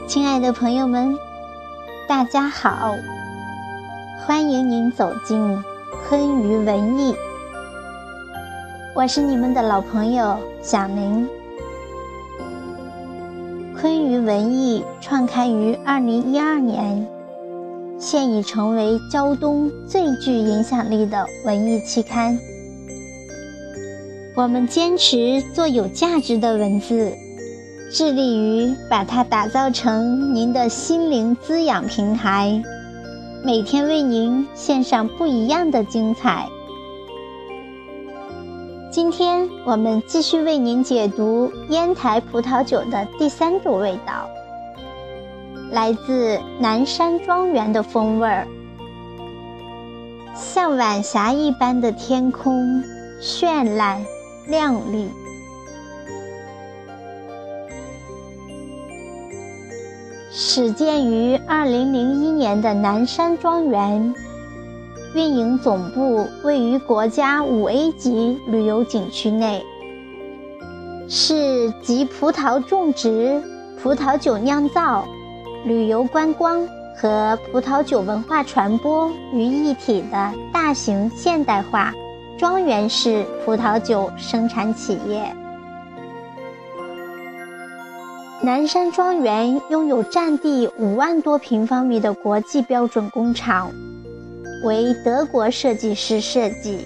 亲爱的朋友们，大家好，欢迎您走进昆鱼文艺，我是你们的老朋友小宁。昆鱼文艺创刊于2012年，现已成为胶东最具影响力的文艺期刊。我们坚持做有价值的文字，致力于把它打造成您的心灵滋养平台，每天为您献上不一样的精彩。今天我们继续为您解读烟台葡萄酒的第3种味道，来自南山庄园的风味儿。像晚霞一般的天空，绚烂亮丽。始建于2001年的南山庄园，运营总部位于国家5A 级旅游景区内，是集葡萄种植、葡萄酒酿造、旅游观光和葡萄酒文化传播于一体的大型现代化庄园式葡萄酒生产企业。南山庄园拥有占地5万多平方米的国际标准工厂，为德国设计师设计，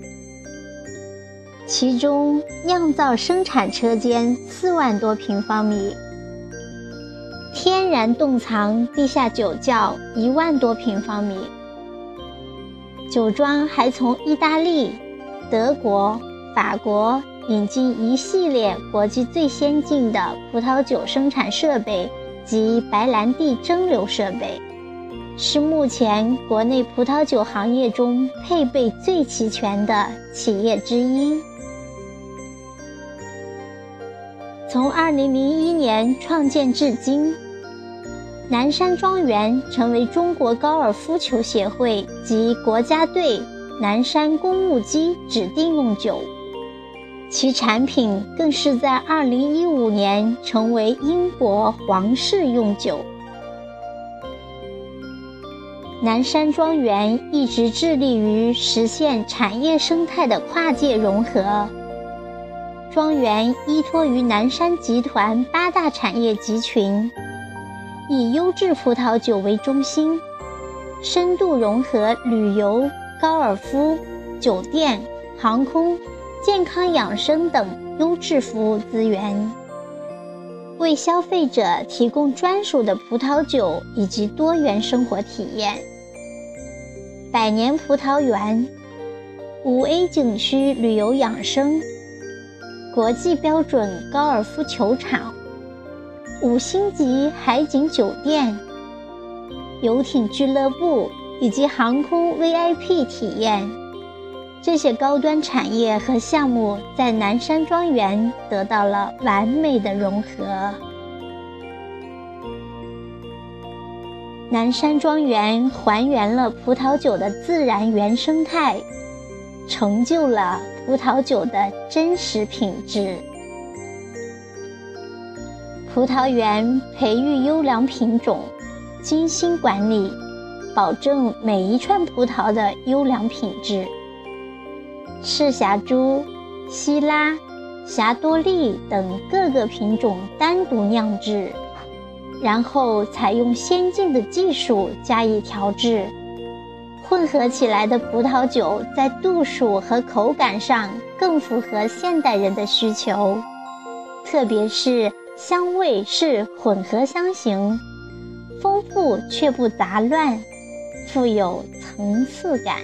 其中酿造生产车间4万多平方米，天然冻藏地下酒窖1万多平方米。酒庄还从意大利、德国、法国引进一系列国际最先进的葡萄酒生产设备及白兰地蒸馏设备，是目前国内葡萄酒行业中配备最齐全的企业之一。从2001年创建至今，南山庄园成为中国高尔夫球协会及国家队南山公务机指定用酒，其产品更是在2015年成为英国皇室用酒。南山庄园一直致力于实现产业生态的跨界融合。庄园依托于南山集团8大产业集群，以优质葡萄酒为中心，深度融合旅游、高尔夫、酒店、航空、健康养生等优质服务资源，为消费者提供专属的葡萄酒以及多元生活体验。百年葡萄园、5A 景区旅游养生、国际标准高尔夫球场、5星级海景酒店、游艇俱乐部以及航空 VIP 体验，这些高端产业和项目在南山庄园得到了完美的融合。南山庄园还原了葡萄酒的自然原生态，成就了葡萄酒的真实品质。葡萄园培育优良品种，精心管理，保证每一串葡萄的优良品质。赤霞珠、希拉、霞多丽等各个品种单独酿制，然后采用先进的技术加以调制，混合起来的葡萄酒在度数和口感上更符合现代人的需求，特别是香味是混合香型，丰富却不杂乱，富有层次感。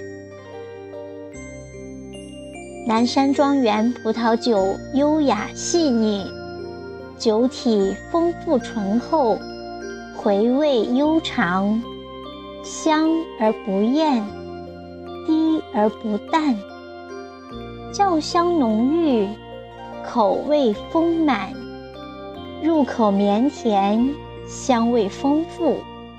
南山庄园葡萄酒优雅细腻，酒体丰富醇厚，回味悠长，香而不艳，低而不淡，酵香浓郁，口味丰满，入口绵甜，香味丰富。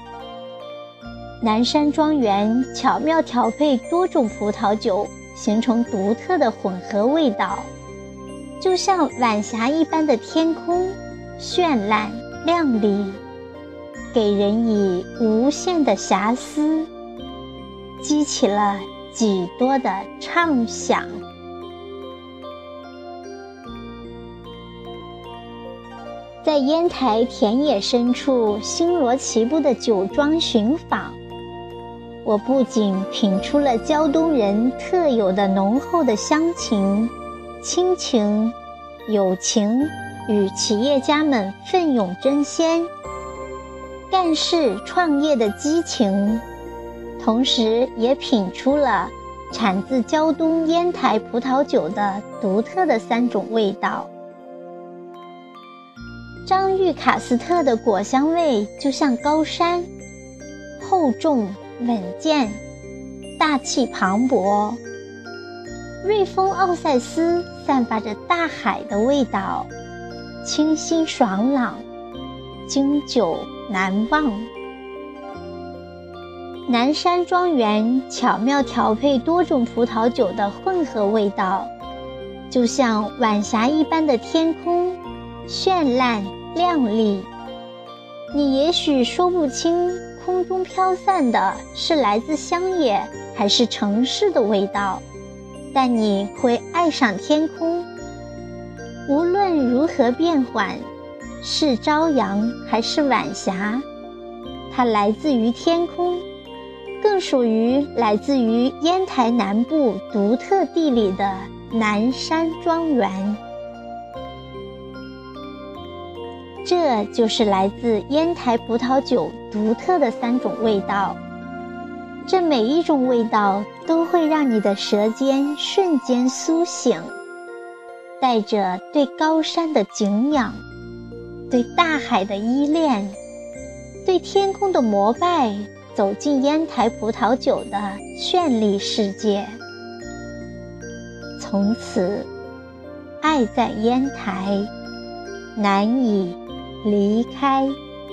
南山庄园巧妙调配多种葡萄酒，形成独特的混合味道，就像晚霞一般的天空，绚烂亮丽， 给人以无限的遐思，激起了几多的畅想。在烟台田野深处星罗棋布的酒庄寻访，我不仅品出了胶东人特有的浓厚的乡情、亲情、友情与企业家们奋勇争先、干事创业的激情，同时也品出了产自胶东烟台葡萄酒的独特的3种味道。张裕卡斯特的果香味就像高山，厚重稳健，大气磅礴。瑞丰奥赛斯散发着大海的味道，清新爽朗，经久难忘。南山庄园巧妙调配多种葡萄酒的混合味道，就像晚霞一般的天空，绚烂亮丽。你也许说不清空中飘散的是来自乡野还是城市的味道，但你会爱上天空。无论如何变换，是朝阳还是晚霞，它来自于天空，更属于来自于烟台南部独特地理的南山庄园。这就是来自烟台葡萄酒独特的3种味道，这每一种味道都会让你的舌尖瞬间苏醒，带着对高山的敬仰，对大海的依恋，对天空的膜拜，走进烟台葡萄酒的绚丽世界。从此，爱在烟台，难以离开。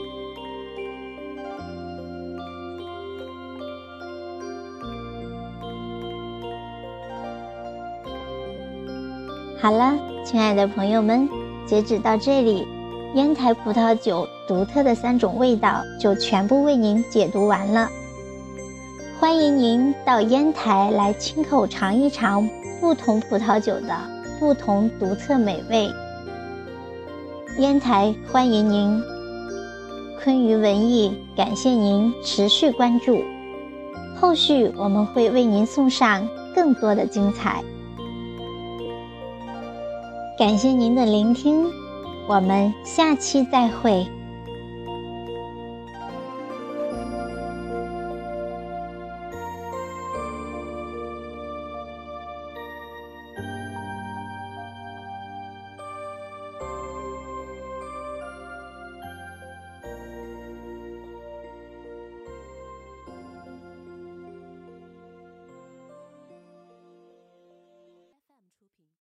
好了，亲爱的朋友们，截止到这里，烟台葡萄酒独特的3种味道就全部为您解读完了。欢迎您到烟台来亲口尝一尝不同葡萄酒的不同独特美味。烟台欢迎您，昆鱼文艺感谢您持续关注，后续我们会为您送上更多的精彩。感谢您的聆听，我们下期再会。